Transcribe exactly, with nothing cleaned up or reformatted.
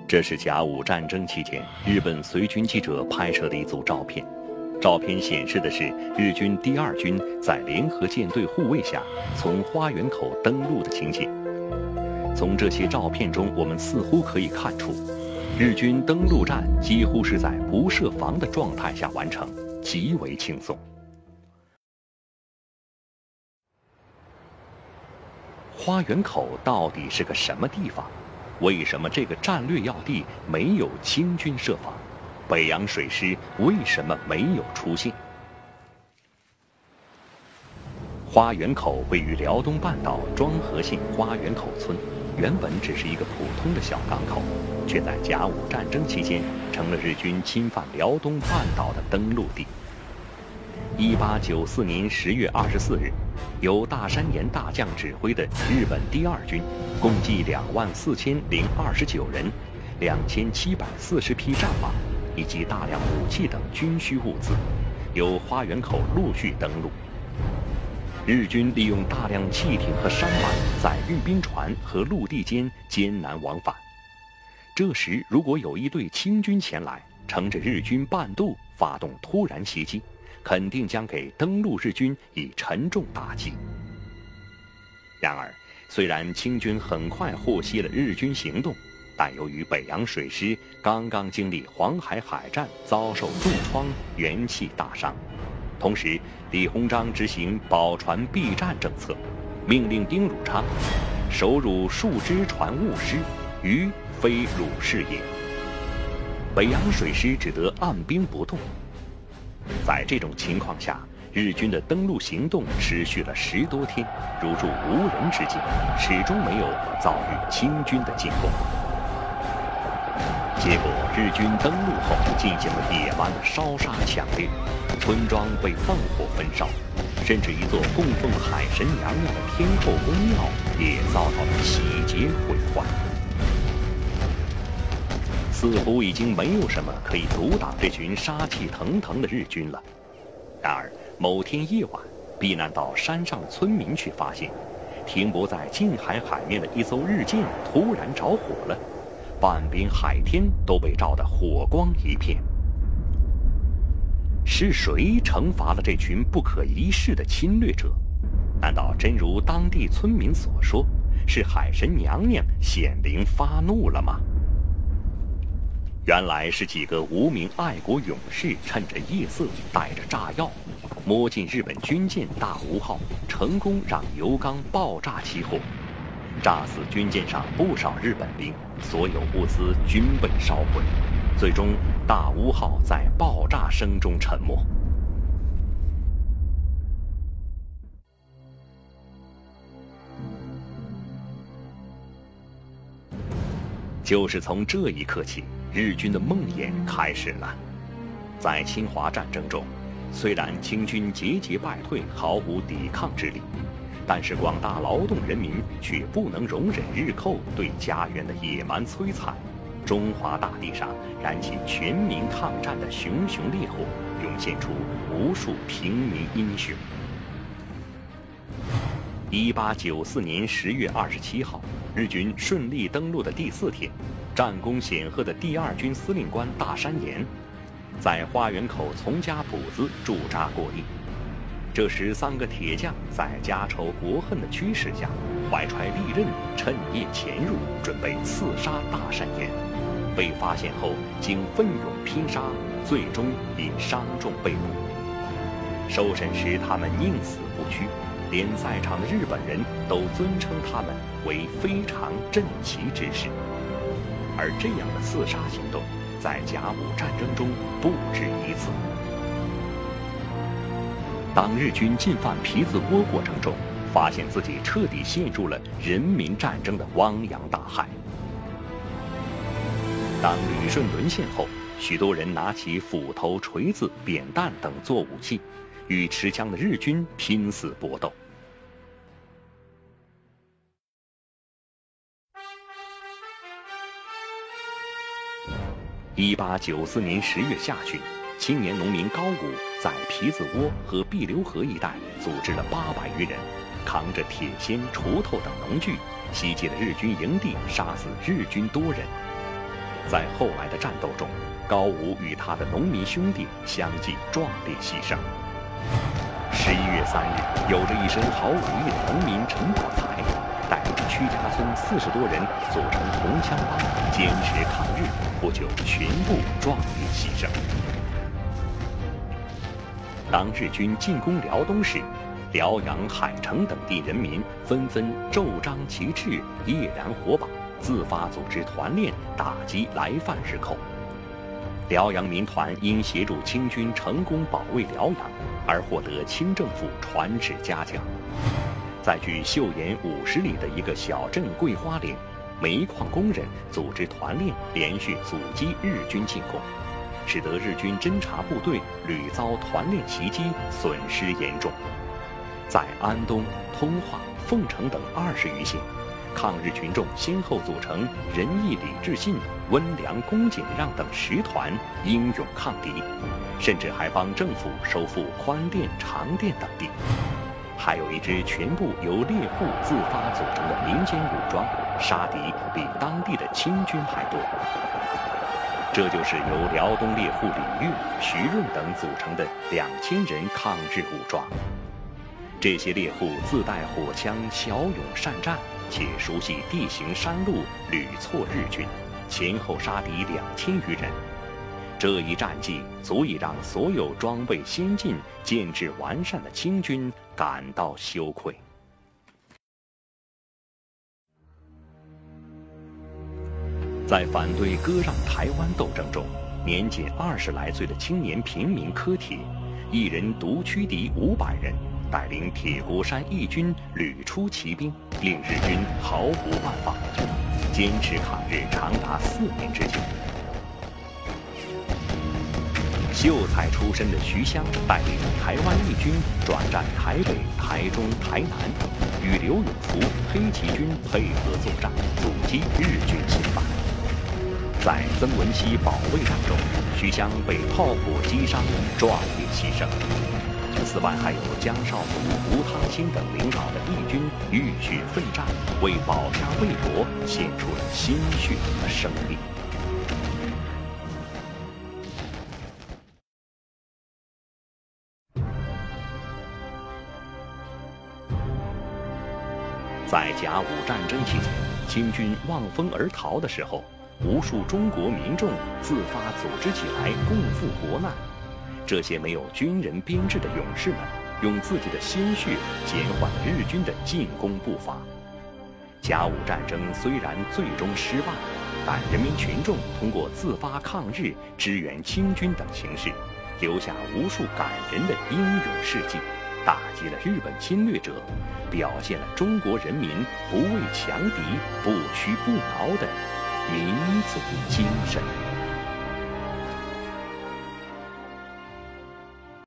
这是甲午战争期间日本随军记者拍摄的一组照片。照片显示的是日军第二军在联合舰队护卫下从花园口登陆的情景。从这些照片中，我们似乎可以看出，日军登陆战几乎是在不设防的状态下完成，极为轻松。花园口到底是个什么地方？为什么这个战略要地没有清军设防？北洋水师为什么没有出现？花园口位于辽东半岛庄河县花园口村，原本只是一个普通的小港口，却在甲午战争期间成了日军侵犯辽东半岛的登陆地。一八九四年十月二十四日，由大山岩大将指挥的日本第二军，共计两万四千零二十九人，两千七百四十匹战马，以及大量武器等军需物资，由花园口陆续登陆。日军利用大量汽艇和舢板，在运兵船和陆地间艰难往返。这时，如果有一队清军前来，乘着日军半渡发动突然袭击，肯定将给登陆日军以沉重打击。然而，虽然清军很快获悉了日军行动，但由于北洋水师刚刚经历黄海海战，遭受重创，元气大伤。同时，李鸿章执行保船避战政策，命令丁汝昌手汝数只船误失，余非汝是也。北洋水师只得按兵不动。在这种情况下，日军的登陆行动持续了十多天，如入无人之境，始终没有遭遇清军的进攻。结果，日军登陆后进行了野蛮的烧杀抢掠，村庄被放火焚烧，甚至一座供奉海神娘娘的天后宫庙也遭到了洗劫毁坏。似乎已经没有什么可以阻挡这群杀气腾腾的日军了。然而，某天夜晚，避难到山上的村民却发现，停泊在近海海面的一艘日舰突然着火了，半边海天都被照得火光一片。是谁惩罚了这群不可一世的侵略者？难道真如当地村民所说，是海神娘娘显灵发怒了吗？原来是几个无名爱国勇士趁着夜色，带着炸药，摸进日本军舰大吴号，成功让油缸爆炸起火，炸死军舰上不少日本兵，所有物资均被烧毁，最终大吴号在爆炸声中沉没。就是从这一刻起，日军的梦魇开始了。在侵华战争中，虽然清军节节败退，毫无抵抗之力，但是广大劳动人民却不能容忍日寇对家园的野蛮摧残，中华大地上燃起全民抗战的熊熊烈火，涌现出无数平民英雄。一八九四年十月二十七号，日军顺利登陆的第四天，战功显赫的第二军司令官大山岩在花园口从家堡子驻扎过夜。这时，三个铁匠在家仇国恨的驱使下，怀揣利刃，趁夜潜入，准备刺杀大山岩。被发现后，经奋勇拼杀，最终以伤重被捕。受审时，他们宁死不屈，连在场的日本人都尊称他们为非常镇奇之士。而这样的刺杀行动，在甲午战争中不止一次。当日军进犯皮子窝过程中，发现自己彻底陷入了人民战争的汪洋大海。当旅顺沦陷后，许多人拿起斧头、锤子、扁担等做武器，与持枪的日军拼死搏斗。一八九四年十月下旬，青年农民高武在皮子窝和碧流河一带组织了八百余人，扛着铁锨、锄头等农具，袭击了日军营地，杀死日军多人。 在后来的战斗中，高武与他的农民兄弟相继壮烈牺牲。十一月三日，有着一身好武艺的农民陈宝才，带领屈家村四十多人组成红枪帮，坚持抗日，不久全部壮烈牺牲。当日军进攻辽东时，辽阳、海城等地人民纷纷奏章旗帜，夜燃火把，自发组织团练，打击来犯日寇。辽阳民团因协助清军成功保卫辽阳，而获得清政府传旨嘉奖。在距岫岩五十里的一个小镇桂花岭，煤矿工人组织团练，连续阻击日军进攻，使得日军侦察部队屡遭团练袭击，损失严重。在安东、通化、凤城等二十余县，抗日群众先后组成仁义礼智信、温良恭俭让等十团，英勇抗敌，甚至还帮政府收复宽甸、长甸等地。还有一支全部由猎户自发组成的民间武装，杀敌比当地的清军还多。这就是由辽东猎户李岳、徐润等组成的两千人抗日武装。这些猎户自带火枪，骁勇善战，且熟悉地形山路，屡挫日军，前后杀敌两千余人。这一战绩足以让所有装备先进、建制完善的清军感到羞愧。在反对割让台湾斗争中，年仅二十来岁的青年平民柯铁，一人独驱敌五百人，带领铁国山义军屡出奇兵，令日军毫无办法，坚持抗日长达四年之久。秀才出身的徐湘带领台湾义军转战台北、台中、台南，与刘永福、黑旗军配合作战，阻击日军侵犯。在曾文溪保卫战中，徐湘被炮火击伤，壮烈牺牲。此外，还有江少祖、吴汤兴等领导的义军浴血奋战，为保家卫国献出了鲜血和生命。在甲午战争期间，清军望风而逃的时候，无数中国民众自发组织起来共赴国难。这些没有军人编制的勇士们，用自己的鲜血减缓日军的进攻步伐。甲午战争虽然最终失败，但人民群众通过自发抗日、支援清军等形式，留下无数感人的英勇事迹，打击了日本侵略者，表现了中国人民不畏强敌、不屈不挠的民族精神。